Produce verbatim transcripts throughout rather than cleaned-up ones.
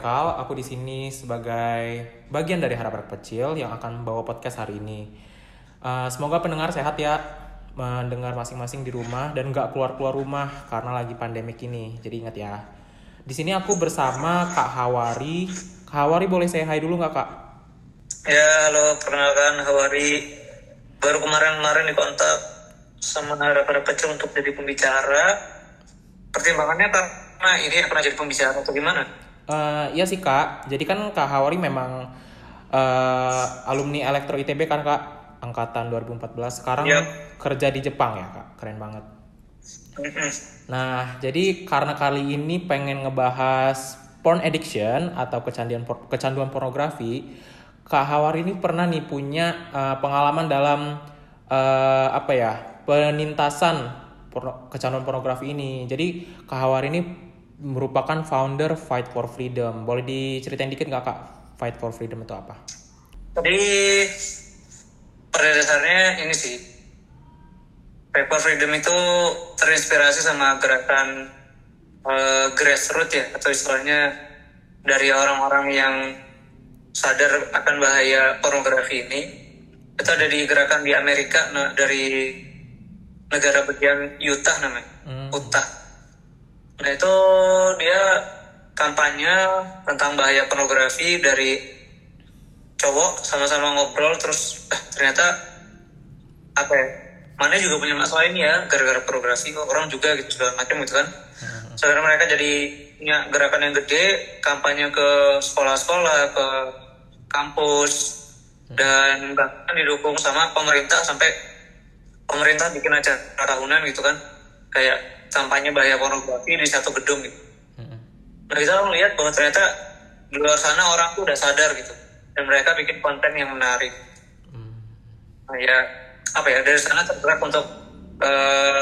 Haikal, aku di sini sebagai bagian dari Harap Harap Kecil yang akan membawa podcast hari ini. Uh, semoga pendengar sehat ya, mendengar masing-masing di rumah dan nggak keluar-keluar rumah karena lagi pandemik ini. Jadi ingat ya. Di sini aku bersama Kak Hawari. Kak Hawari boleh say hi dulu nggak Kak? Ya, halo, perkenalkan Hawari. Baru kemarin-kemarin dikontak sama Harap Harap Kecil untuk jadi pembicara. Pertimbangannya karena ini pernah jadi pembicara atau gimana? Uh, iya sih Kak. Jadi kan Kak Hawari memang uh, alumni Elektro I T B kan Kak, angkatan dua ribu empat belas. Sekarang yep. kerja di Jepang ya Kak, keren banget. Mm-hmm. Nah, jadi karena kali ini pengen ngebahas porn addiction atau kecanduan kecanduan pornografi, Kak Hawari ini pernah nih punya uh, pengalaman dalam uh, apa ya penintasan porno, kecanduan pornografi ini. Jadi Kak Hawari ini merupakan founder Fight for Freedom. Boleh diceritain dikit nggak Kak, Fight for Freedom itu apa? Jadi pada dasarnya ini sih, Fight for Freedom itu terinspirasi sama gerakan uh, grassroots ya, atau istilahnya dari orang-orang yang sadar akan bahaya pornografi ini. Itu ada di gerakan di Amerika, nah, dari negara bagian Utah namanya, hmm. Utah. Nah itu dia kampanye tentang bahaya pornografi dari cowok sama-sama ngobrol terus eh, ternyata apa ya, mana juga punya masalah ini ya gara-gara pornografi, orang juga gitu segala macam gitu kan. Hmm. Saudara mereka jadi punya gerakan yang gede, kampanye ke sekolah-sekolah, ke kampus, hmm. dan bahkan didukung sama pemerintah sampai pemerintah bikin acara tahunan gitu kan, kayak kampanye bahaya pornografi di satu gedung gitu. Hmm. Nah kita melihat bahwa ternyata di luar sana orang tuh udah sadar gitu, dan mereka bikin konten yang menarik. Hmm. Nah ya apa ya, dari sana tergerak untuk uh,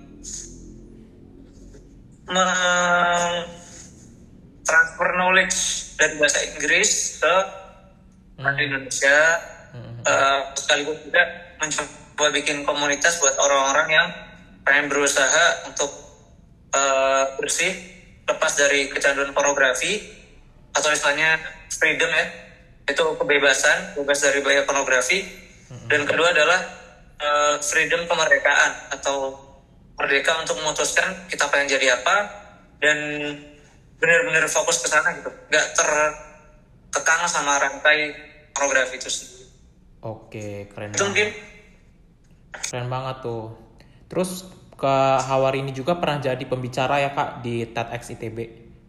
transfer knowledge dari bahasa Inggris ke hmm. Indonesia, hmm. uh, sekaligus juga mencoba bikin komunitas buat orang-orang yang pengen berusaha untuk uh, bersih, lepas dari kecanduan pornografi, atau istilahnya freedom ya, itu kebebasan, bebas dari bahaya pornografi. Hmm. Dan kedua adalah uh, freedom kemerdekaan, atau merdeka untuk memutuskan kita pengen jadi apa dan benar-benar fokus ke sana gitu, nggak terkekang sama rantai pornografi itu sendiri. Oke, keren itu banget. Mungkin keren banget tuh. Terus ke Hawari ini juga pernah jadi pembicara ya Kak di TEDx I T B.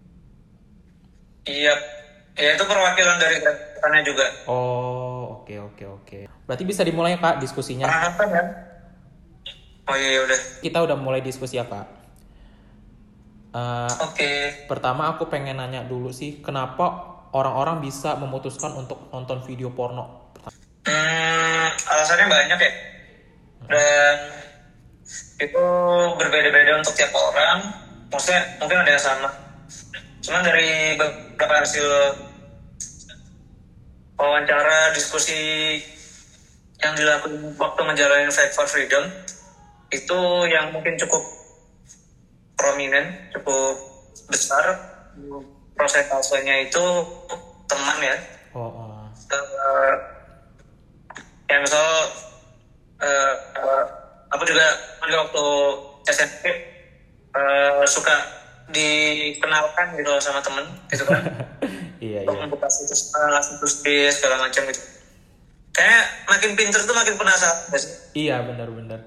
Iya, ya itu perwakilan dari gerakannya juga. Oh, oke oke oke. Berarti bisa dimulai Kak diskusinya. Pernah apa ya? Oh iya udah. Kita udah mulai diskusi ya Kak. Uh, Oke. Okay. Pertama aku pengen nanya dulu sih, kenapa orang-orang bisa memutuskan untuk nonton video porno? Hmm, alasannya banyak ya. Dan itu berbeda-beda untuk tiap orang. Maksudnya mungkin ada yang sama. Cuman dari beberapa hasil wawancara, diskusi yang dilakukan waktu menjalani Fight for Freedom, itu yang mungkin cukup prominent, cukup besar prosentasenya itu teman ya. Oh, oh. Uh, ya misal uh, uh, aku juga waktu S M P uh, suka dikenalkan gitu sama temen gitu kan. Iya, untuk iya. membuka situs A, situs B segala macam gitu. Kayak makin pinter tuh makin penasaran gak sih? Iya, benar-benar.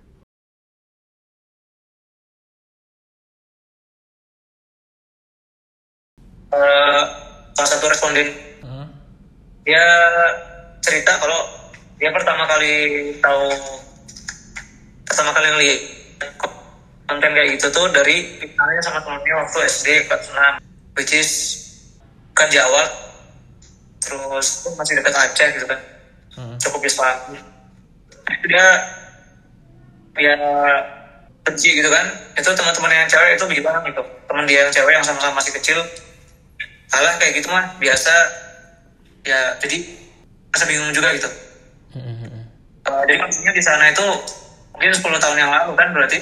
Uh, salah satu responden hmm. dia cerita kalau dia pertama kali tahu pertama kali ngeliat konten kayak gitu tuh dari kenalnya sama temennya waktu S D kelas enam, which is kan Jawa, terus masih dekat Aceh gitu kan, hmm. cukup bisa. Dia dia benci gitu kan, itu teman-teman yang cewek itu begitu banget gitu, teman dia yang cewek yang sama-sama masih kecil, alah kayak gitu mah biasa ya, jadi masa bingung juga gitu. Mm-hmm. Uh, jadi kondisinya di sana itu mungkin sepuluh tahun yang lalu kan, berarti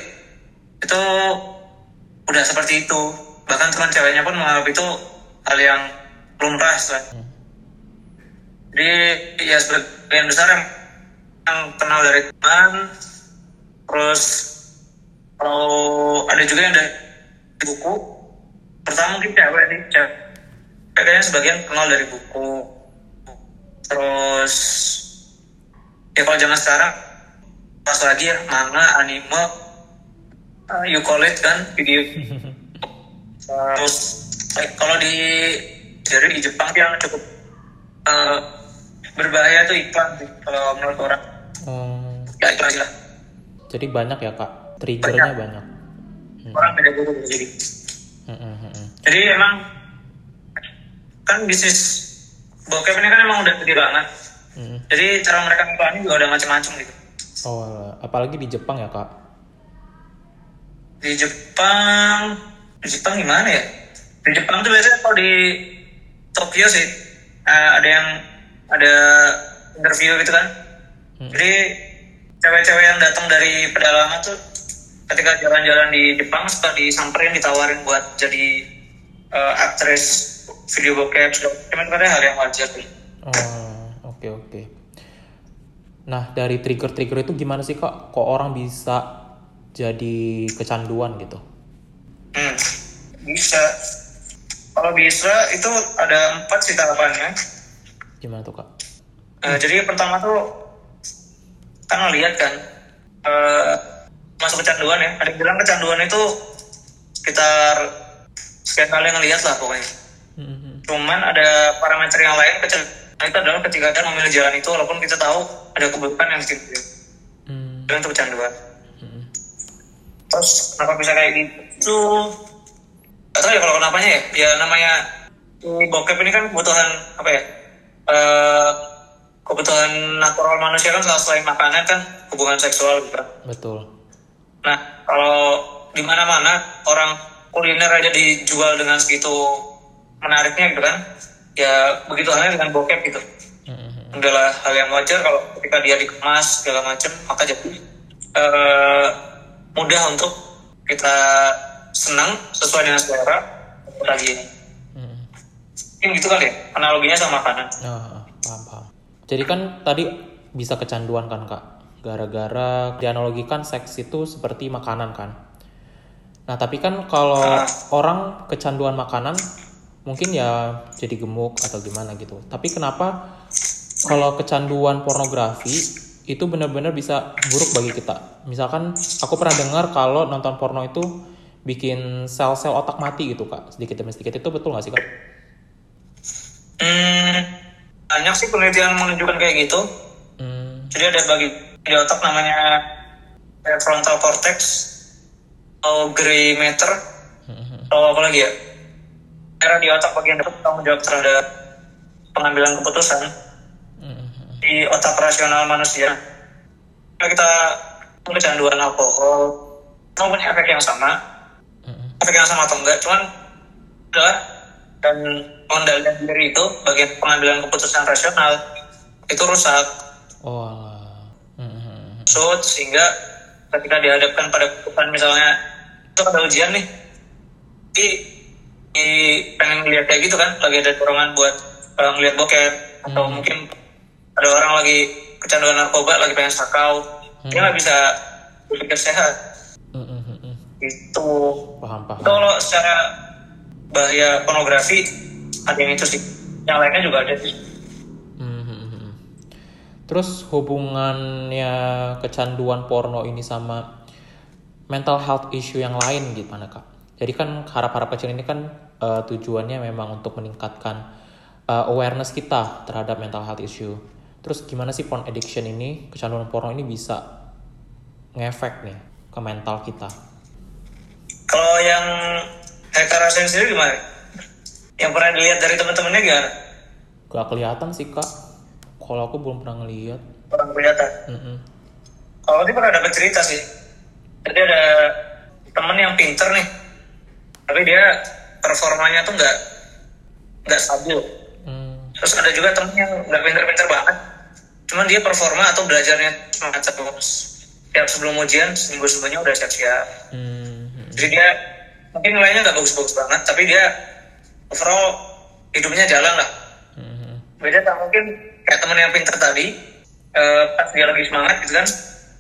itu udah seperti itu. Bahkan teman ceweknya pun menganggap itu hal yang lumrah lah. Hmm. Jadi ya sebagian besar yang, yang kenal dari teman, terus kalau ada juga yang dari buku, pertama mungkin cewek nih, cewek kayaknya sebagian kenal dari buku, terus ya kalau zaman sekarang pas lagi ya manga, anime, uh, you call it kan video. Terus eh, kalau di dari di Jepang yang cukup uh, berbahaya tuh iklan sih kalau menurut orang. Hmm. Ya itu aja lah. Jadi banyak ya kak, triggernya banyak. banyak. Hmm. Orang beda-beda jadi. Hmm, hmm, hmm. Jadi emang kan bisnis bokep ini kan emang udah gede banget. Hmm. Jadi cara mereka ngiklannya juga udah macam-macam gitu. Oh, apalagi di Jepang ya kak? Di Jepang, di Jepang gimana ya? Di Jepang tuh biasanya kalau di Tokyo sih uh, ada yang ada interview gitu kan. Hmm. Jadi cewek-cewek yang datang dari pedalaman tuh ketika jalan-jalan di Jepang suka disamperin, ditawarin buat jadi uh, aktris video bokep. Cuman katanya hal yang wajar sih. Oh, oke okay, oke. Okay. Nah dari trigger-trigger itu gimana sih kak? Kok orang bisa jadi kecanduan gitu? Hmm, bisa. Kalau bisa itu ada empat sih tahapannya. Gimana tuh kak? Uh, jadi pertama tuh kan ngeliat kan uh, masuk kecanduan ya. Ada yang bilang kecanduan itu sekitar sekian kali ngeliat lah pokoknya. Mm-hmm. Cuman ada parameter yang lain kecanduan itu adalah ketika kita memilih jalan itu walaupun kita tahu ada keburukan yang bikin mm. itu kecanduan. Mm. Terus kenapa bisa kayak gitu? Gak tau ya kalau kenapanya ya. Ya namanya bokep ini kan kebutuhan apa ya? Uh, kebutuhan natural manusia kan selain makanan kan hubungan seksual gitu. Betul. Nah kalau di mana-mana orang kuliner aja dijual dengan segitu menariknya gitu kan, ya begitu halnya dengan bokep gitu. Mm-hmm. Adalah hal yang wajar kalau ketika dia dikemas segala macam maka jadi uh, mudah untuk kita senang sesuai dengan selera lagi ini. Mm-hmm. Mungkin gitu kali ya analoginya sama makanan. Oh, paham paham. Jadi kan tadi bisa kecanduan kan kak, gara-gara dianalogikan seks itu seperti makanan kan. Nah tapi kan kalau uh. orang kecanduan makanan mungkin ya jadi gemuk atau gimana gitu. Tapi kenapa kalau kecanduan pornografi itu benar-benar bisa buruk bagi kita? Misalkan aku pernah dengar kalau nonton porno itu bikin sel-sel otak mati gitu kak, sedikit demi sedikit. Itu betul nggak sih kak? Hmm, banyak sih penelitian menunjukkan kayak gitu. Hmm. Jadi ada bagi di otak namanya frontal cortex atau gray matter hmm. atau apa lagi ya? Karena di otak bagian depan tanggung jawab terhadap pengambilan keputusan mm-hmm. di otak rasional manusia. Kalau kita kecanduan alkohol, mau punya efek yang sama, mm-hmm. efek yang sama atau enggak, cuman adalah dan pengendalian diri itu bagian pengambilan keputusan rasional itu rusak. Oh. Mm-hmm. So sehingga ketika dihadapkan pada keputusan misalnya itu ada ujian nih, tapi pengen ngeliat kayak gitu kan, lagi ada dorongan buat uh, ngeliat bokep hmm. atau mungkin ada orang lagi kecanduan narkoba lagi pengen sakau, hmm. dia nggak bisa berpikir sehat. Hmm, hmm, hmm. Itu paham paham. Kalau secara bahaya pornografi ada yang itu sih, yang lainnya juga ada sih. Hmm, hmm, hmm. Terus hubungannya kecanduan porno ini sama mental health issue yang lain gimana kak? Jadi kan harap-harap kecil ini kan uh, tujuannya memang untuk meningkatkan uh, awareness kita terhadap mental health issue. Terus gimana sih porn addiction ini, kecanduan porno ini bisa ngefek nih ke mental kita? Kalau yang Heka rasain sendiri gimana? Yang pernah dilihat dari teman-temannya gimana? Gak kelihatan sih kak. Kalau aku belum pernah ngelihat. Kurang kelihatan? Mm-hmm. Kalau aku pernah dapat cerita sih. Jadi ada temen yang pinter nih. Tapi dia performanya tuh nggak nggak stabil. Hmm. Terus ada juga temen yang nggak pinter-pinter banget, cuman dia performa atau belajarnya semangat terus. Tiap sebelum ujian seminggu sebelumnya udah siap-siap. Hmm. Jadi dia mungkin nilainya nggak bagus-bagus banget, tapi dia overall hidupnya jalan lah. Mm-hmm. Beda tak mungkin kayak temen yang pintar tadi, uh, pas dia lagi semangat gitu kan,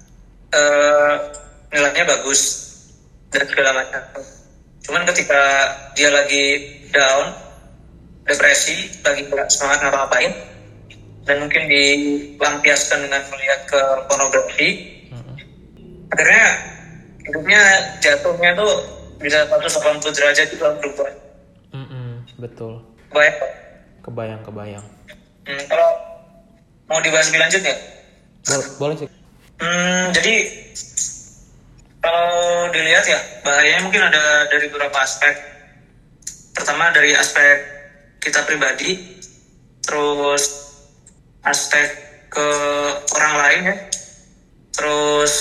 uh, nilainya bagus dan segala macam. Cuman ketika dia lagi down, depresi, lagi nggak semangat ngapa-ngapain, dan mungkin dilampiaskan dengan melihat ke pornografi, mm-hmm. akhirnya hidupnya jatuhnya tuh bisa seratus delapan puluh derajat itu berubah. Mm-hmm. Betul. Kebayang? Kebayang, kebayang. Hmm, kalau mau dibahas lebih lanjut ya? Boleh, boleh sih. Hmm, jadi kalau dilihat ya bahayanya mungkin ada dari beberapa aspek. Pertama dari aspek kita pribadi, terus aspek ke orang lain ya, terus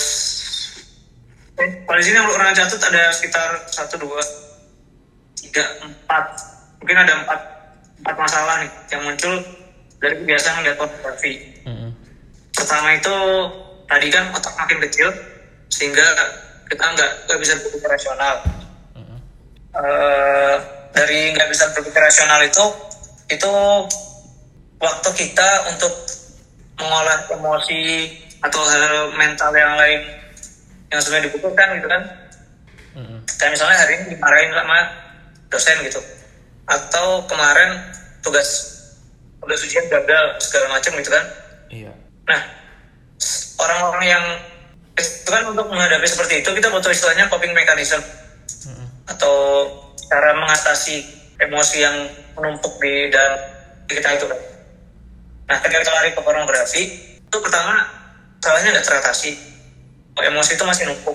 eh, kalau di sini yang orang catat ada sekitar satu dua tiga empat, mungkin ada empat empat masalah nih yang muncul dari kebiasaan melihat pornografi. Mm-hmm. Pertama itu tadi kan otak makin kecil sehingga kita nggak nggak bisa berpikir rasional. Mm-hmm. Uh, dari nggak bisa berpikir rasional itu itu waktu kita untuk mengolah emosi atau hal mental yang lain yang sebenarnya dibutuhkan gitu kan. Mm-hmm. Kayak misalnya hari ini dimarahin sama dosen gitu, atau kemarin tugas tugas ujian gagal segala macam gitu kan. Iya. Nah, orang-orang yang itu kan untuk menghadapi seperti itu kita butuh istilahnya coping mechanism, mm-hmm. atau cara mengatasi emosi yang menumpuk di dalam kita itu kan. Nah, ketika kita lari ke pornografi itu pertama salahnya nggak teratasi, emosi itu masih numpuk.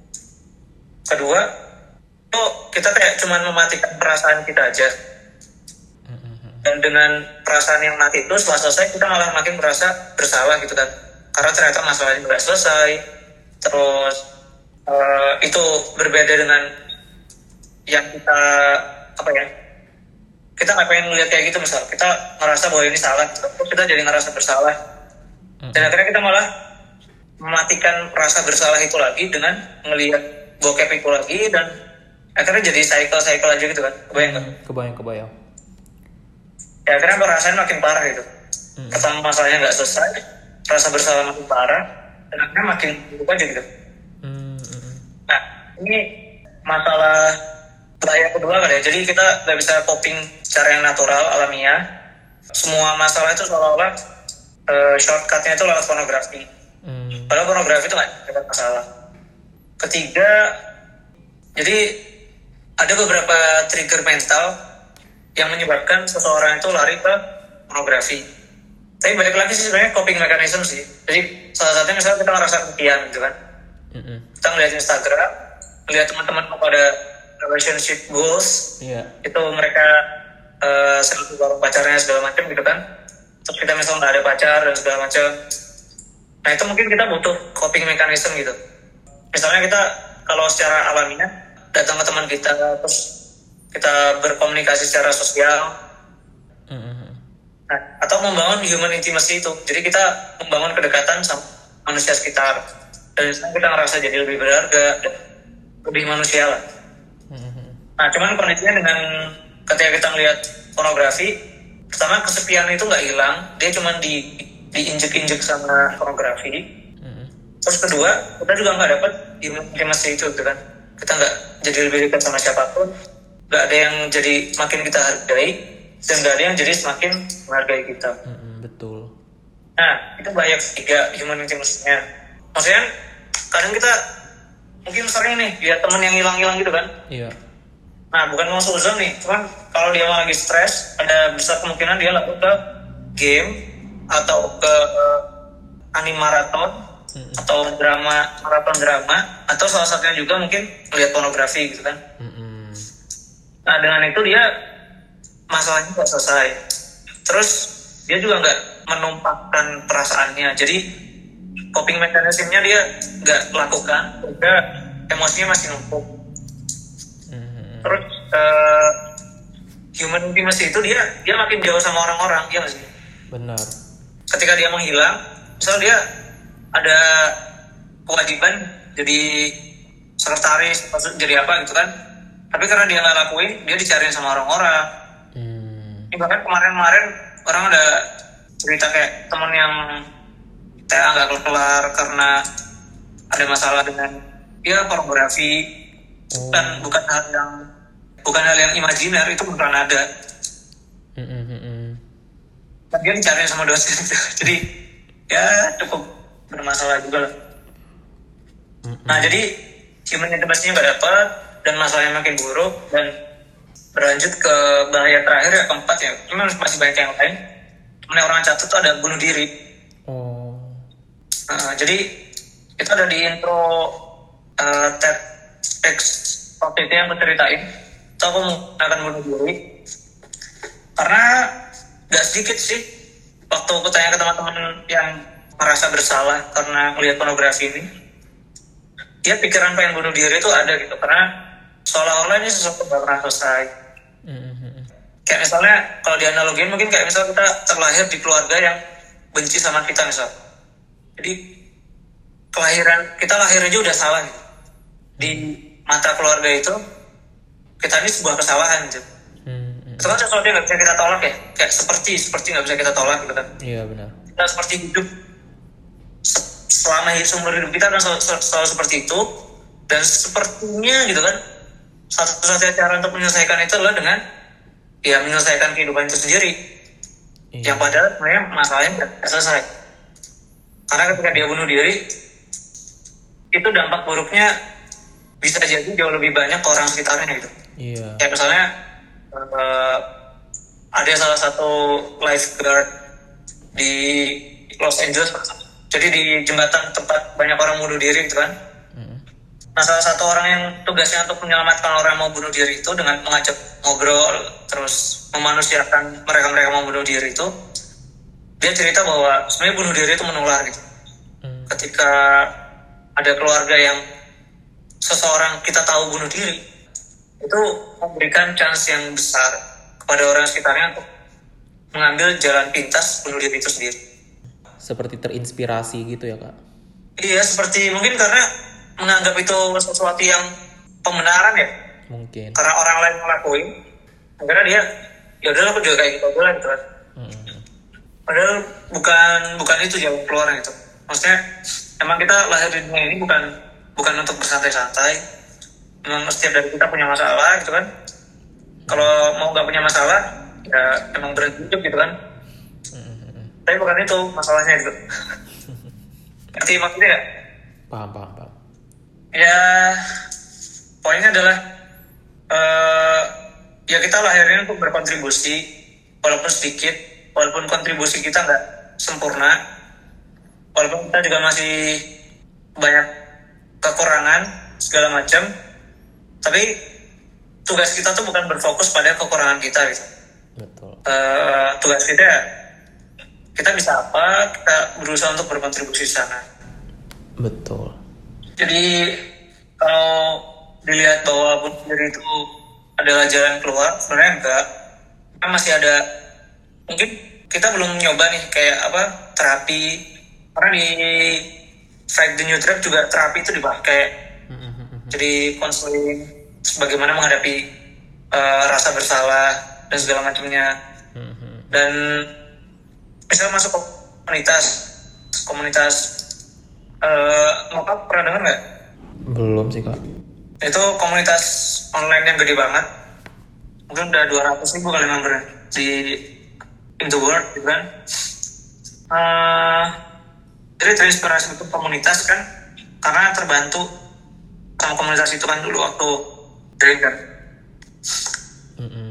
Kedua, itu kita kayak cuma mematikan perasaan kita aja. Dan dengan perasaan yang mati itu setelah selesai kita malah makin merasa bersalah gitu kan, karena ternyata masalahnya nggak selesai. Terus uh, itu berbeda dengan yang kita apa ya, kita nggak pengen melihat kayak gitu. Misal kita ngerasa bahwa ini salah, terus kita jadi ngerasa bersalah, dan akhirnya kita malah mematikan rasa bersalah itu lagi dengan melihat bokep itu lagi, dan akhirnya jadi cycle-cycle aja gitu kan. Kebayang nggak? Kebayang, kebayang. Ya akhirnya perasaan makin parah gitu. Hmm. Pertama masalahnya nggak selesai, rasa bersalah makin parah, dan akhirnya makin buruk aja gitu. Hmm. Nah ini masalah bahaya kedua kan ya. Jadi kita nggak bisa coping secara yang natural, alamiah. Semua masalah itu seolah-olah uh, shortcutnya itu lewat pornografi. Hmm. Padahal pornografi itu nggak ada masalah. Ketiga, jadi ada beberapa trigger mental yang menyebabkan seseorang itu lari ke pornografi. Tapi balik lagi sih sebenarnya coping mechanism sih. Jadi salah satunya misalnya kita ngerasa kesepian gitu kan. Mm-hmm. Kita ngeliat Instagram, ngeliat teman-teman pada relationship goals, yeah. Itu mereka uh, selfie bareng pacarnya segala macam gitu kan. Terus kita misalnya nggak ada pacar dan segala macam. Nah itu mungkin kita butuh coping mechanism gitu. Misalnya kita kalau secara alamiah datang ke teman kita, terus kita berkomunikasi secara sosial, mm-hmm. nah, atau membangun human intimacy itu. Jadi kita membangun kedekatan sama manusia sekitar, dan kita ngerasa jadi lebih berharga dan lebih manusia lah. Mm-hmm. Nah cuman kondisinya dengan ketika kita ngelihat pornografi, pertama kesepian itu nggak hilang, dia cuma di diinjek-injek sama pornografi. Mm-hmm. Terus kedua, kita juga nggak dapat human intimacy itu gitu kan. Kita nggak jadi lebih dekat sama siapapun, nggak ada yang jadi makin kita hargai, dan nggak ada yang jadi semakin menghargai kita. Mm-hmm, betul. Nah itu bahaya ketiga, human intimacy-nya. Maksudnya kadang kita mungkin sering nih lihat teman yang hilang-hilang gitu kan. Iya. Nah bukan mau suzon nih, cuman kalau dia lagi stres, ada besar kemungkinan dia lalu ke game atau ke anime maraton, mm-hmm. atau drama maraton drama, atau salah satunya juga mungkin lihat pornografi gitu kan. Mm-hmm. Nah dengan itu dia masalahnya nggak selesai. Terus dia juga nggak menumpahkan perasaannya. Jadi coping mechanism-nya dia nggak lakukan, sehingga emosinya masih numpuk. Mm-hmm. Terus uh, human intimacy itu dia dia makin jauh sama orang-orang, ya nggak sih? Benar. Ketika dia menghilang, misal dia ada kewajiban jadi sekretaris, jadi apa gitu kan? Tapi karena dia nggak lakuin, dia dicariin sama orang-orang. Hmm. Ini bahkan kemarin-kemarin orang ada cerita kayak temen yang kayak nggak kelar karena ada masalah dengan ya pornografi. Oh. Bukan bukan hal yang bukan hal yang imajiner, itu beneran ada. Mm-mm. Dan dia dicariin sama dosen itu. Jadi ya cukup bermasalah juga lah. Mm-mm. Nah jadi human intimacy-nya nggak dapat dan masalahnya makin buruk dan berlanjut ke bahaya terakhir ya keempat ya. Memang masih banyak yang lain. Temen orang catat tuh ada bunuh diri. Oh. Nah, jadi itu ada di intro uh, TED X waktu itu yang menceritain itu aku akan bunuh diri karena gak sedikit sih waktu aku tanya ke teman-teman yang merasa bersalah karena melihat pornografi ini, dia pikiran pengen bunuh diri itu ada gitu karena seolah-olah ini sesuatu gak pernah selesai. Mm-hmm. Kayak misalnya kalau dianalogin mungkin kayak misal kita terlahir di keluarga yang benci sama kita misal, jadi kelahiran kita lahir aja udah salah gitu. Di mata keluarga itu kita ini sebuah kesalahan gitu. Mm-hmm. Itu kan sesuatu yang nggak bisa kita tolak ya, kayak seperti seperti nggak bisa kita tolak gitu kan. Iya benar. Kita seperti hidup selama hidup seumur hidup kita kan selalu, selalu seperti itu dan sepertinya gitu kan satu-satunya cara untuk menyelesaikan itu adalah dengan ya menyelesaikan kehidupan itu sendiri. Iya. Yang padahal sebenarnya masalahnya nggak selesai. Karena ketika dia bunuh diri itu dampak buruknya bisa jadi jauh lebih banyak ke orang sekitarnya gitu. Iya. Kayak misalnya uh, ada salah satu lifeguard di Los Angeles, jadi di jembatan tempat banyak orang bunuh diri gitu kan. Mm. Nah salah satu orang yang tugasnya untuk menyelamatkan orang yang mau bunuh diri itu dengan mengajak ngobrol terus memanusiakan mereka-mereka mau bunuh diri itu, dia cerita bahwa sebenarnya bunuh diri itu menular gitu. Mm. Ketika ada keluarga yang seseorang kita tahu bunuh diri, itu memberikan chance yang besar kepada orang sekitarnya untuk mengambil jalan pintas bunuh diri itu sendiri. Seperti terinspirasi gitu ya kak? Iya, seperti mungkin karena menganggap itu sesuatu yang pembenaran ya. Mungkin. Karena orang lain ngelakuin, akhirnya dia, ya udahlah aku juga kayak gitu aja lah gitu kan. Hmm. Padahal bukan bukan itu jalan keluar gitu. Maksudnya emang kita lahir di dunia ini bukan bukan untuk bersantai-santai. Memang setiap dari kita punya masalah gitu kan. Kalau mau nggak punya masalah, ya emang berhenti hidup gitu kan. Mm-hmm. Tapi bukan itu masalahnya gitu. Ngerti maksudnya nggak? Paham, paham, paham. Ya, poinnya adalah uh, ya kita lahirnya untuk berkontribusi, walaupun sedikit, walaupun kontribusi kita nggak sempurna, walaupun kita juga masih banyak kekurangan segala macam, tapi tugas kita tuh bukan berfokus pada kekurangan kita gitu. Betul. Uh, tugas kita kita bisa apa, kita berusaha untuk berkontribusi di sana. Betul. Jadi kalau dilihat bahwa bunuh diri itu adalah jalan keluar, sebenarnya enggak. Kan masih ada, mungkin kita belum nyoba nih kayak apa terapi. Karena di Fight the New Drug juga terapi itu dipakai. Jadi konseling bagaimana menghadapi uh, rasa bersalah dan segala macamnya. Dan misalnya masuk komunitas komunitas uh, Mokap pernah dengar nggak? Belum sih kak. Itu komunitas online yang gede banget, mungkin udah dua ratus ribu kali membernya di in the world gitu kan. Uh, jadi terinspirasi untuk komunitas kan karena terbantu sama komunitas itu kan dulu waktu dari kan. Mm-hmm.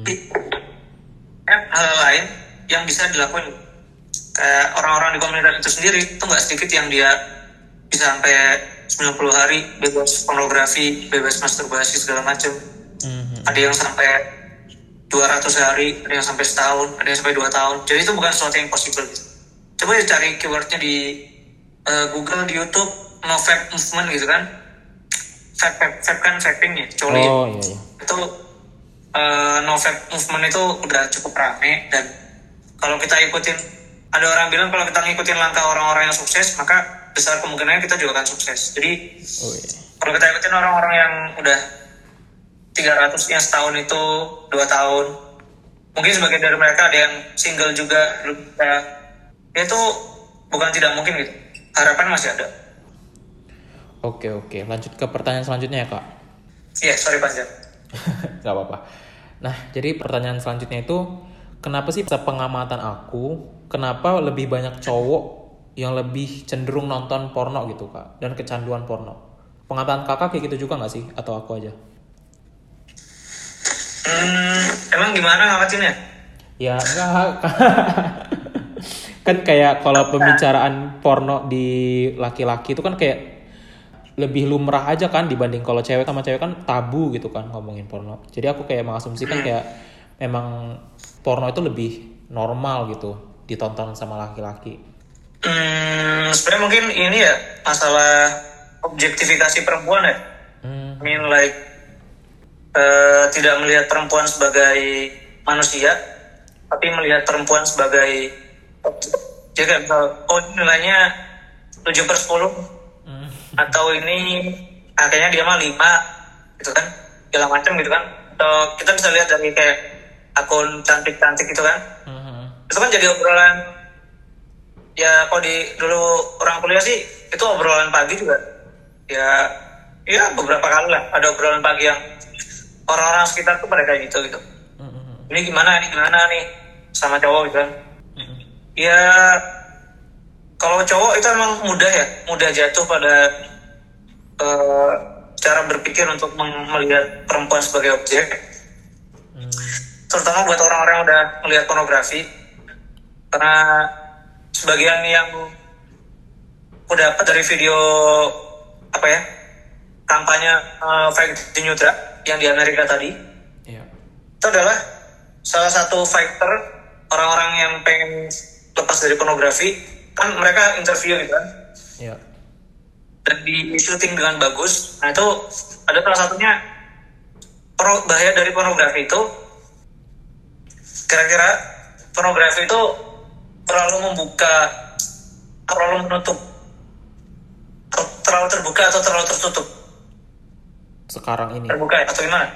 Ya, hal lain yang bisa dilakuin kayak orang-orang di komunitas itu sendiri itu nggak sedikit yang dia bisa sampai sembilan puluh hari bebas pornografi, bebas masturbasi segala macam. Mm-hmm. Ada yang sampai dua ratus hari, ada yang sampai setahun, ada yang sampai dua tahun. Jadi itu bukan sesuatu yang possible gitu. Coba ya cari keywordnya di uh, Google, di YouTube, no vape movement gitu kan. Vape, vape, vape kan vaping ya, coli. Oh iya iya. Itu uh, no vape movement itu udah cukup rame dan kalau kita ikutin, ada orang bilang kalau kita ngikutin langkah orang-orang yang sukses, maka besar kemungkinannya kita juga akan sukses. Jadi oh, iya. Kalau kita ikutin orang-orang yang udah tiga ratus yang setahun itu dua tahun, mungkin sebagian dari mereka ada yang single juga belum bisa, itu bukan tidak mungkin gitu, harapan masih ada. Oke oke, lanjut ke pertanyaan selanjutnya ya kak. Iya, yeah, sorry panjang. Gak apa-apa. Nah, jadi pertanyaan selanjutnya itu, kenapa sih sepengamatan aku, kenapa lebih banyak cowok yang lebih cenderung nonton porno gitu kak, dan kecanduan porno? Pengamatan kakak kayak gitu juga nggak sih, atau aku aja? Hmm, emang gimana ngamatinnya? Ya enggak. Kan kayak kalau pembicaraan porno di laki-laki itu kan kayak lebih lumrah aja kan dibanding kalau cewek sama cewek kan tabu gitu kan ngomongin porno. Jadi aku kayak mengasumsikan kayak memang porno itu lebih normal gitu ditonton sama laki-laki. Hmm, sebenarnya mungkin ini ya masalah objektifikasi perempuan ya. Hmm. I mean like uh, tidak melihat perempuan sebagai manusia, tapi melihat perempuan sebagai objek. Jadi misal, oh nilainya tujuh per sepuluh atau ini akhirnya dia mah lima gitu kan, segala macam gitu kan. Atau kita bisa lihat dari kayak akun cantik-cantik gitu kan. Uh-huh. Itu kan jadi obrolan ya, kalau di dulu orang kuliah sih itu obrolan pagi juga ya, ya beberapa kali lah ada obrolan pagi yang orang-orang sekitar tuh pada kayak gitu gitu. Uh-huh. Ini gimana ini gimana nih sama cowok gitu kan. Uh-huh. Ya kalau cowok itu emang mudah ya, mudah jatuh pada uh, cara berpikir untuk melihat perempuan sebagai objek. Hmm. Terutama buat orang-orang yang udah melihat pornografi. Karena sebagian yang udah dapat dari video apa ya, kampanye uh, Virgin Nutra yang di Amerika tadi, yeah. Itu adalah salah satu fighter orang-orang yang pengen lepas dari pornografi. Kan mereka interview gitu kan, yeah. Dan di syuting dengan bagus. Nah itu ada salah satunya bahaya dari pornografi itu, kira-kira pornografi itu terlalu membuka, terlalu menutup, terlalu terbuka atau terlalu tertutup. Sekarang ini terbuka atau gimana?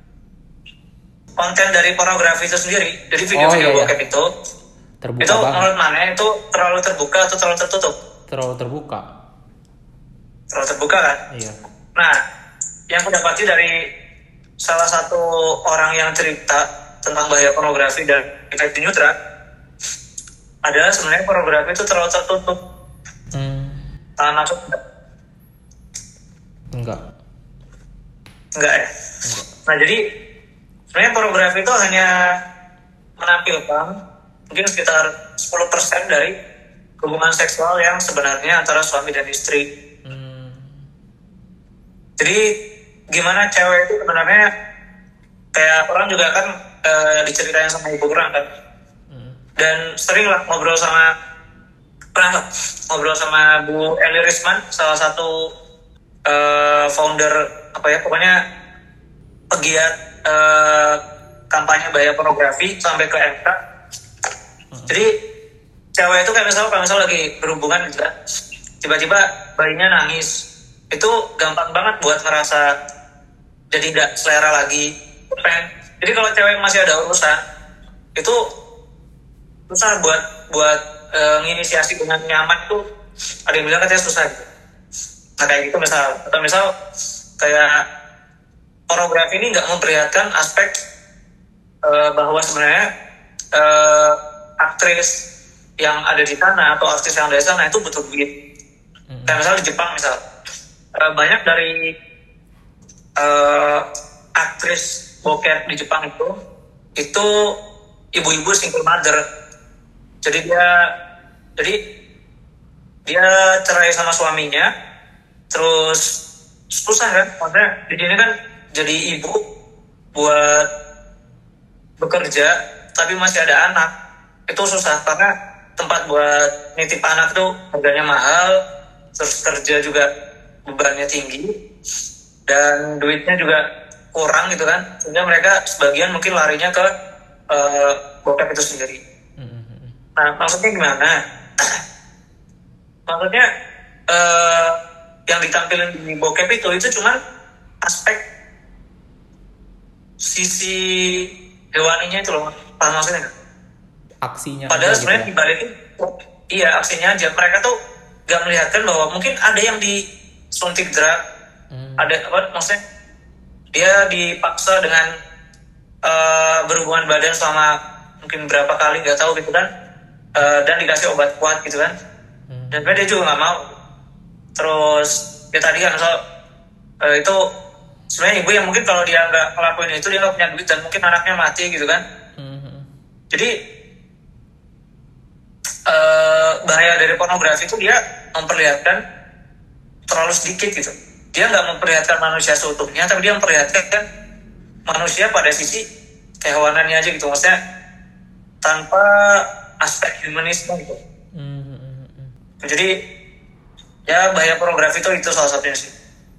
Konten dari pornografi itu sendiri, jadi video-video oh, iya, bokep iya. itu terbuka itu banget. Menurut mana itu terlalu terbuka atau terlalu tertutup? Terlalu terbuka. Terlalu terbuka kan? Iya. Nah, yang aku dapati dari salah satu orang yang cerita tentang bahaya pornografi dan Virgin Nutra adalah sebenarnya pornografi itu terlalu tertutup. Hmm. Tangan masuk enggak? Enggak. Enggak ya? Enggak. Nah, jadi sebenarnya pornografi itu hanya menampilkan mungkin sekitar sepuluh persen dari hubungan seksual yang sebenarnya antara suami dan istri. Hmm. Jadi gimana cewek itu sebenarnya, kayak orang juga kan e, diceritain sama ibu orang kan. Hmm. Dan sering lah ngobrol sama, pernah lah ngobrol sama Bu Eli Risman, salah satu e, founder apa ya, pokoknya pegiat e, kampanye bahaya pornografi sampai ke M K. Jadi cewek itu kayak misal, kayak misal lagi berhubungan gitu kan, tiba-tiba bayinya nangis, itu gampang banget buat ngerasa jadi tidak selera lagi. Jadi kalau cewek masih ada urusan, itu susah buat buat e, nginisiasi dengan nyaman tuh. Ada yang bilang katanya susah gitu. Nah kayak gitu misal, atau misal kayak pornografi ini nggak memperlihatkan aspek e, bahwa sebenarnya e, aktris yang ada di sana atau artis yang ada di sana itu butuh duit. Mm-hmm. Kayak misalnya di Jepang misal, uh, banyak dari uh, aktris bokep di Jepang itu itu ibu-ibu single mother. Jadi dia jadi dia cerai sama suaminya, terus susah kan? Maksudnya di sini kan jadi ibu buat bekerja tapi masih ada anak. Itu susah karena tempat buat nitip anak tuh harganya mahal, terus kerja juga bebannya tinggi dan duitnya juga kurang gitu kan, sehingga mereka sebagian mungkin larinya ke uh, bokep itu sendiri. Nah maksudnya gimana? Maksudnya uh, yang ditampilin di bokep itu itu cuma aspek sisi hewaninya itu loh. paham maksudnya nggak? Aksinya Padahal aja gitu sebenarnya ya. di balik itu, iya aksinya aja. Mereka tuh gak melihatkan bahwa mungkin ada yang disuntik drug, Hmm. ada apa maksudnya dia dipaksa dengan uh, berhubungan badan selama mungkin berapa kali nggak tahu gitu kan, uh, dan dikasih obat kuat gitu kan, Hmm. dan sebenarnya dia juga nggak mau. Terus ya tadi kan misal uh, itu sebenarnya ibu yang mungkin kalau dia nggak ngelakuin itu dia nggak punya duit dan mungkin anaknya mati gitu kan. Hmm. Jadi uh, bahaya dari pornografi itu dia memperlihatkan terlalu sedikit gitu. Dia nggak memperlihatkan manusia seutuhnya, tapi dia memperlihatkan manusia pada sisi kehewanannya aja gitu. Maksudnya tanpa aspek humanisme gitu. Hmm. Hmm. Hmm. Jadi ya bahaya pornografi itu itu salah satunya sih.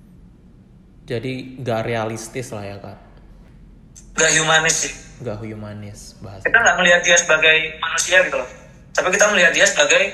Jadi nggak realistis lah ya kak, Gak humanis sih. nggak humanis bahasa. Kita nggak melihat dia sebagai manusia gitu loh. Tapi kita melihat dia sebagai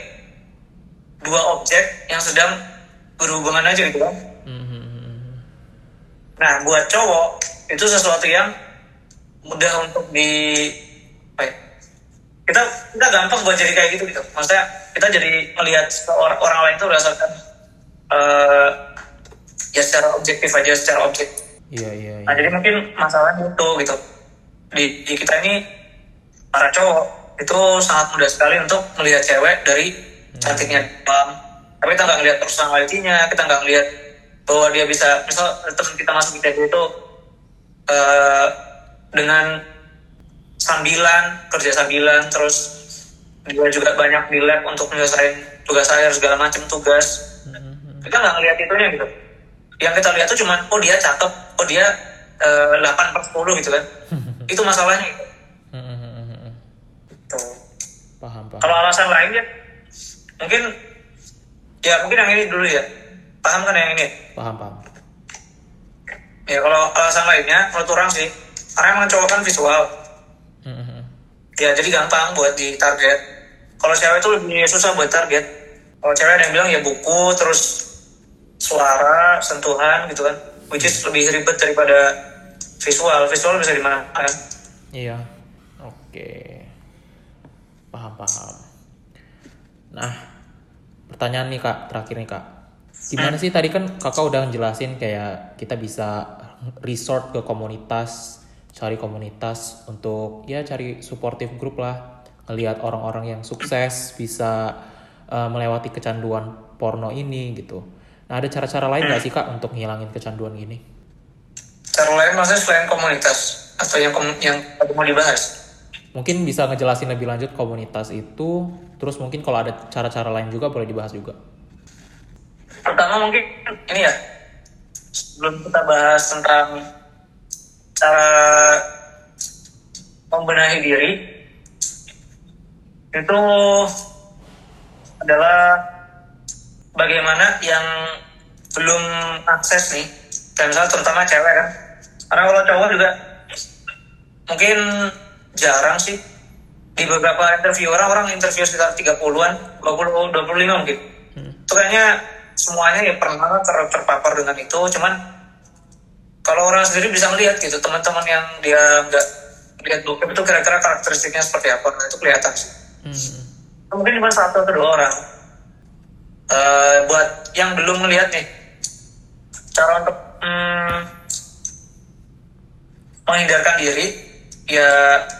dua objek yang sedang berhubungan aja gitu kan. Hmm. Nah, buat cowok itu sesuatu yang mudah untuk di apa ya, kita kita gampang buat jadi kayak gitu gitu. Maksudnya kita jadi melihat orang orang lain itu berdasarkan uh, ya secara objektif aja, secara objek. Iya iya. Nah, Iya. jadi mungkin masalahnya itu gitu. Di, di kita ini para cowok itu sangat mudah sekali untuk melihat cewek dari cantiknya doang. Tapi kita nggak ngelihat personality-nya, kita nggak ngelihat bahwa dia bisa, misal teman kita masuk di T V itu uh, dengan sambilan, kerja sambilan, terus dia juga banyak di lab untuk menyelesaikan tugas akhir segala macam tugas. Hmm. Kita nggak ngelihat itunya gitu. Yang kita lihat tuh cuma, oh dia cakep, oh dia uh, delapan per sepuluh gitu kan. Itu masalahnya gitu. Hmm. Tuh. Paham paham. Kalau alasan lainnya mungkin ya mungkin yang ini dulu ya, paham kan yang ini? Paham paham. Ya kalau alasan lainnya menurut orang sih karena emang cowok kan visual Hmm. ya, jadi gampang buat di target. Kalau cewek itu lebih susah buat target. Kalau cewek ada yang bilang ya buku, terus suara, sentuhan gitu kan, which is lebih ribet daripada visual. Visual bisa dimana kan. Iya. Oke. Paham paham. Nah, pertanyaan nih kak, terakhir nih kak. Gimana sih tadi kan kakak udah ngejelasin kayak kita bisa resort ke komunitas, cari komunitas untuk ya cari supportive group lah, ngelihat orang-orang yang sukses bisa uh, melewati kecanduan porno ini gitu. Nah ada cara-cara lain nggak sih kak untuk ngilangin kecanduan gini? Cara lain maksudnya selain komunitas atau yang kom- yang mau dibahas? Mungkin bisa ngejelasin lebih lanjut komunitas itu, terus mungkin kalau ada cara-cara lain juga boleh dibahas juga. Pertama mungkin ini ya, sebelum kita bahas tentang cara membenahi diri, itu adalah bagaimana yang belum akses nih, kayak misalnya terutama cewek kan, karena kalau cowok juga mungkin jarang sih. Di beberapa interview orang, orang interview sekitar tiga puluhan, dua puluh, dua puluh lima mungkin. Hmm. Itu kayaknya semuanya ya pernah ter- terpapar dengan itu, cuman kalau orang sendiri bisa melihat gitu, teman-teman yang dia nggak lihat bokep itu kira-kira karakteristiknya seperti apa, nah, itu kelihatan sih. Hmm. Mungkin cuma satu atau dua orang. Uh, buat yang belum melihat nih, cara untuk hmm, menghindarkan diri, ya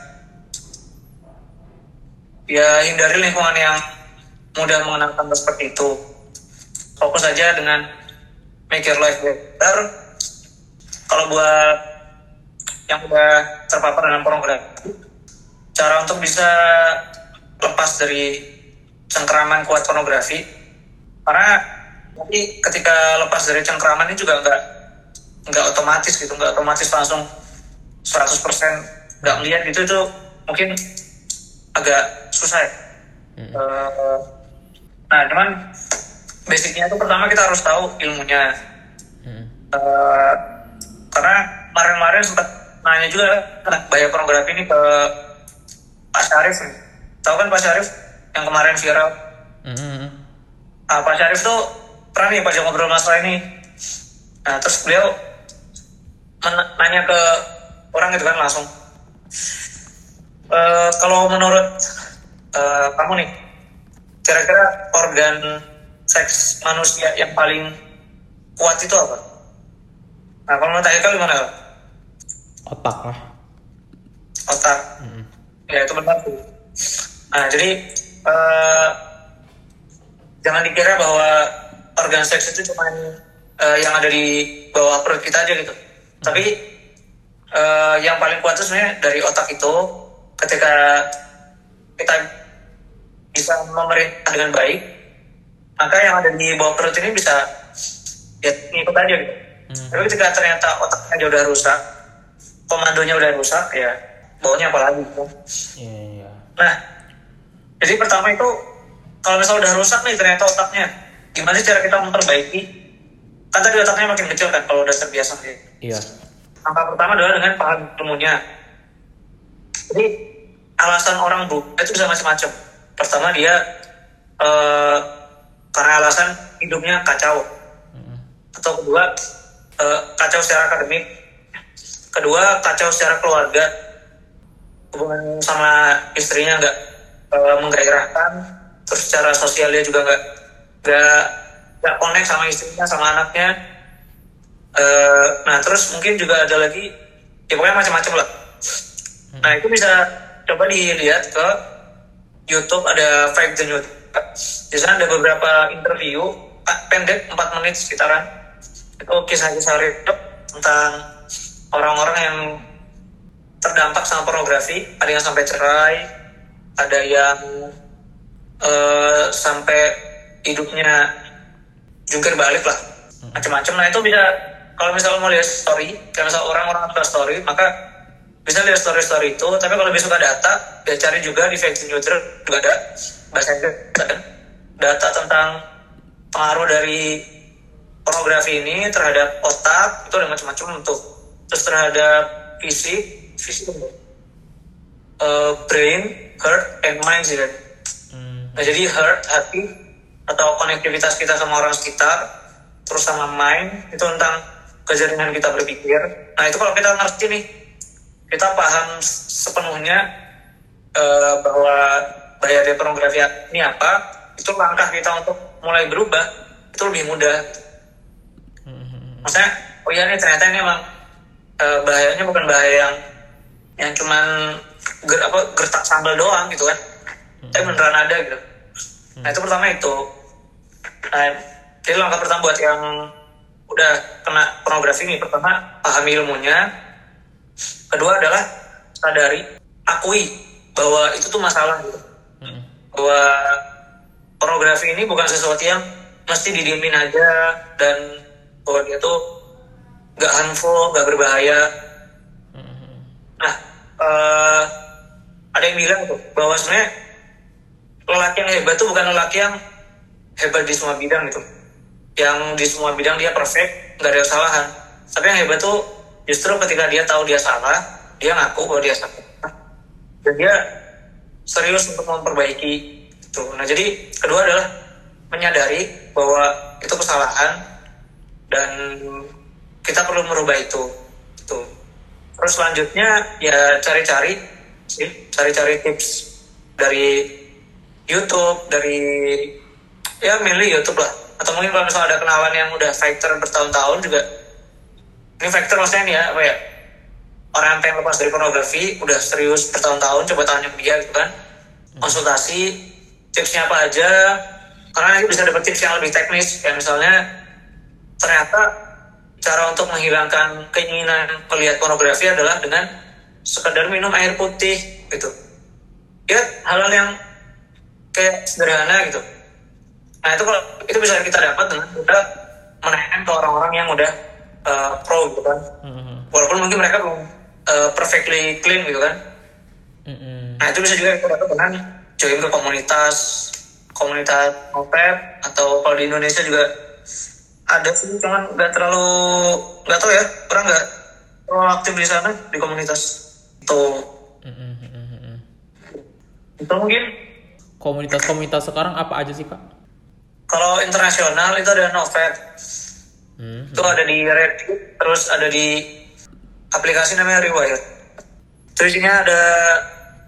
ya hindari lingkungan yang mudah mengenalkan seperti itu. Fokus aja dengan make your life better. Kalau buat yang udah terpapar dengan pornografi, cara untuk bisa lepas dari cengkraman kuat pornografi, karena nanti ketika lepas dari cengkraman ini juga nggak nggak otomatis gitu, nggak otomatis langsung seratus persen nggak melihat gitu, itu mungkin agak susah ya. Hmm. Uh, nah cuman basicnya itu pertama kita harus tahu ilmunya. Hmm. Uh, karena kemarin-kemarin sempat nanya juga bahaya pornografi ini ke Pak Syarif nih. Tahu kan Pak Syarif yang kemarin viral? Hmm. Nah, Pak Syarif tuh pernah nih pajak ngobrol masalah ini. Nah terus beliau men- nanya ke orang gitu kan langsung, Uh, kalau menurut uh, kamu nih, kira-kira organ seks manusia yang paling kuat itu apa? Nah, kalau menurut Haikal gimana? Otak lah. Otak. Mm-hmm. Ya itu benar tuh. Nah jadi uh, jangan dikira bahwa organ seks itu cuma uh, yang ada di bawah perut kita aja gitu. Mm-hmm. Tapi uh, yang paling kuat itu sebenarnya dari otak itu. Ketika kita bisa memerintah dengan baik, maka yang ada di bawah perut ini bisa ya ngikut aja gitu. Hmm. Tapi ketika ternyata otaknya aja udah rusak, komandonya udah rusak, ya bawahnya apa lagi gitu. Yeah, yeah. Nah, jadi pertama itu kalau misalnya udah rusak nih ternyata otaknya, gimana sih cara kita memperbaiki? Kan tadi otaknya makin kecil kan kalau udah terbiasa gitu. Iya. Yeah. Langkah pertama adalah dengan paham ilmunya. Jadi alasan orang buta itu bisa macam-macam. Pertama dia uh, karena alasan hidupnya kacau, mm-hmm. atau kedua uh, kacau secara akademik, kedua kacau secara keluarga, hubungan sama istrinya nggak uh, menggairahkan, terus secara sosial dia juga nggak nggak nggak connect sama istrinya sama anaknya. Uh, nah terus mungkin juga ada lagi, ya pokoknya macam-macam lah. Nah itu bisa coba dilihat ke YouTube, ada Fake the News. Di sana ada beberapa interview pendek empat menit sekitaran. Itu kisah-kisah real tentang orang-orang yang terdampak sama pornografi. Ada yang sampai cerai, ada yang uh, sampai hidupnya jungkir balik lah, macam-macam. Nah itu bisa, kalau misalnya mau lihat story, kalau misalnya orang-orang suka story, maka bisa lihat story-story itu. Tapi kalau bisa suka data, ya cari juga di Fake News juga ada bahasa Inggris kan, data tentang pengaruh dari pornografi ini terhadap otak, itu ada macam-macam untuk, terus terhadap fisik, fisik uh, brain, heart, and mind sih kan. Hmm. Nah jadi heart, hati, atau konektivitas kita sama orang sekitar, terus sama mind, itu tentang kejernihan kita berpikir. Nah itu kalau kita ngerti nih, kita paham sepenuhnya uh, bahwa bahaya dari pornografi ini apa, itu langkah kita untuk mulai berubah itu lebih mudah. Maksudnya, oh iya nih ternyata ini emang uh, bahayanya bukan bahaya yang yang cuman ger, apa, gertak sambal doang gitu kan, tapi beneran ada gitu. Nah itu pertama itu. Nah, jadi langkah pertama buat yang udah kena pornografi ini, pertama pahami ilmunya. Kedua adalah sadari, akui bahwa itu tuh masalah gitu. Hmm. Bahwa pornografi ini bukan sesuatu yang mesti didiemin aja, dan bahwa dia tuh gak harmful, gak berbahaya. Hmm. Nah, uh, ada yang bilang tuh bahwa sebenarnya lelaki yang hebat tuh bukan lelaki yang hebat di semua bidang gitu, yang di semua bidang dia perfect, gak ada kesalahan. Tapi yang hebat tuh justru ketika dia tahu dia salah, dia ngaku bahwa dia salah, dan dia serius untuk memperbaiki itu. Nah jadi kedua adalah menyadari bahwa itu kesalahan dan kita perlu merubah itu. Itu. Terus selanjutnya ya cari-cari, sih, cari-cari tips dari YouTube, dari ya mainly YouTube lah. Atau mungkin kalau misalnya ada kenalan yang udah fighter bertahun-tahun juga. Ini faktor maksudnya nih ya, apa ya, orang yang pengen lepas dari pornografi udah serius bertahun-tahun, coba tanya dia gitu kan, konsultasi, tipsnya apa aja, karena nanti bisa dapet tips yang lebih teknis, kayak misalnya ternyata cara untuk menghilangkan keinginan melihat pornografi adalah dengan sekedar minum air putih gitu. Ya hal-hal yang kayak sederhana gitu. Nah itu kalau itu bisa kita dapat dengan udah menanyakan ke orang-orang yang udah uh, pro gitu kan. Mm-hmm. Walaupun mungkin mereka belum uh, perfectly clean gitu kan. Mm-hmm. Nah itu bisa juga kita dapat dengan join ke komunitas komunitas Opep, atau kalau di Indonesia juga ada sih, cuman nggak terlalu nggak tahu ya, orang nggak terlalu aktif di sana di komunitas itu. Mm-hmm. Itu mungkin komunitas-komunitas sekarang apa aja sih Kak? Kalau internasional itu ada Novep, mm-hmm. itu ada di Reddit, terus ada di aplikasi namanya Rewired. Terus ini ada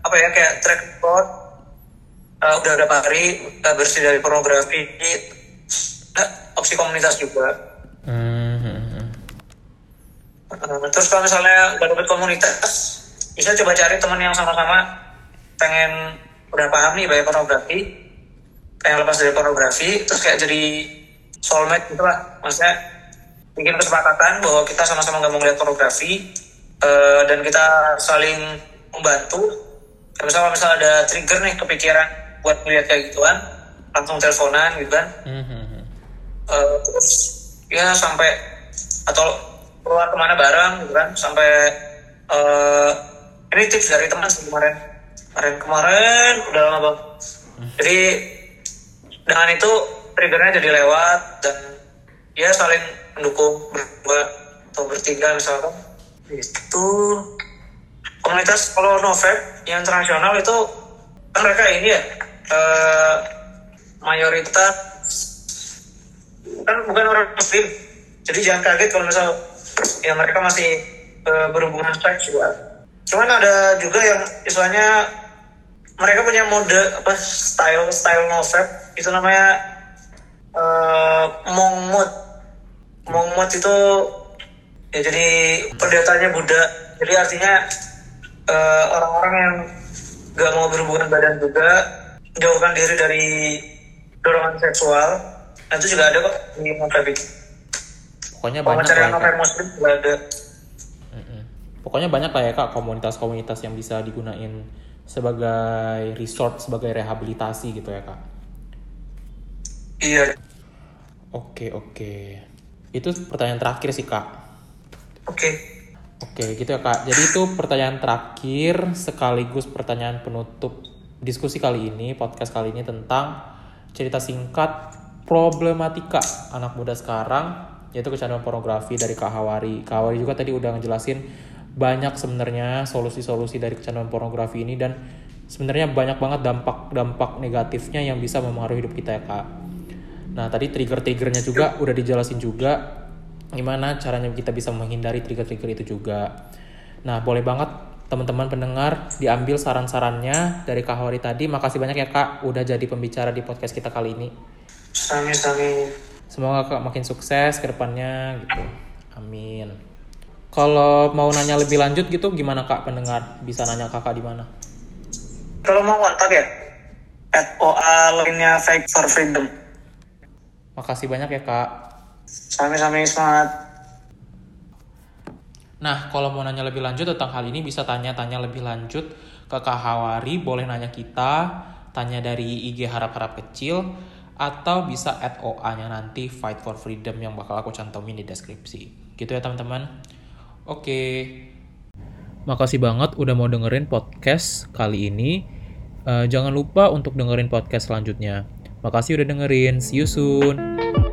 apa ya kayak track record uh, udah berapa hari uh, bersih dari pornografi, uh, opsi komunitas juga. Hmm. Uh, terus kalau misalnya nggak dapet komunitas, bisa coba cari teman yang sama-sama pengen udah paham nih bahaya pornografi, pengen lepas dari pornografi, terus kayak jadi soulmate gitu lah, maksudnya bikin kesepakatan bahwa kita sama-sama nggak mau ngeliat pornografi, uh, dan kita saling membantu. Kayak misalnya misalnya ada trigger nih kepikiran buat ngeliat kayak gituan, langsung teleponan gitu kan. Hmm. Uh, terus ya sampai atau keluar kemana bareng gitu kan, sampai uh, ini tips dari teman sih kemarin kemarin kemarin udah lama banget. Jadi dengan itu triggernya jadi lewat dan ya saling mendukung berdua atau bertiga misalkan. Itu komunitas kalau Novep yang internasional itu kan mereka ini ya uh, mayoritas kan bukan orang muslim, jadi jangan kaget kalau misal ya mereka masih uh, berhubungan seks juga. Cuman ada juga yang istilahnya mereka punya mode apa style style Novep itu namanya uh, monk mode. Monk mode itu ya jadi pendetanya Buddha. Jadi artinya uh, orang-orang yang gak mau berhubungan badan juga, jauhkan diri dari dorongan seksual. Nah itu juga ada kok di Novep itu. Pokoknya banyak lah ya, Novep muslim juga ada. Mm-mm. Pokoknya banyak lah ya Kak komunitas-komunitas yang bisa digunain sebagai resort, sebagai rehabilitasi gitu ya Kak. Iya. Oke oke. Itu pertanyaan terakhir sih Kak. Oke. Oke gitu ya Kak. Jadi itu pertanyaan terakhir sekaligus pertanyaan penutup diskusi kali ini, podcast kali ini tentang cerita singkat problematika anak muda sekarang, yaitu kecanduan pornografi dari Kak Hawari. Kak Hawari juga tadi udah ngejelasin banyak sebenarnya solusi-solusi dari kecanduan pornografi ini dan sebenarnya banyak banget dampak-dampak negatifnya yang bisa mempengaruhi hidup kita ya Kak. Nah tadi trigger-triggernya juga udah dijelasin juga gimana caranya kita bisa menghindari trigger-trigger itu juga. Nah boleh banget teman-teman pendengar diambil saran-sarannya dari Kak Hawari tadi. Makasih banyak ya Kak udah jadi pembicara di podcast kita kali ini. Sami-sami. Semoga Kak makin sukses ke depannya gitu. Amin. Kalau mau nanya lebih lanjut gitu gimana Kak pendengar? Bisa nanya Kakak di mana? Kalau mau kontak ya at O A lainnya Fight for Freedom. Makasih banyak ya Kak. Sami-sami semangat. Nah, kalau mau nanya lebih lanjut tentang hal ini bisa tanya-tanya lebih lanjut ke Kak Hawari, boleh nanya kita, tanya dari I G Harap-Harap Kecil, atau bisa at O A-nya nanti Fight for Freedom yang bakal aku cantumin di deskripsi. Gitu ya teman-teman. Oke. Makasih banget udah mau dengerin podcast kali ini. Uh, jangan lupa untuk dengerin podcast selanjutnya. Makasih udah dengerin. See you soon.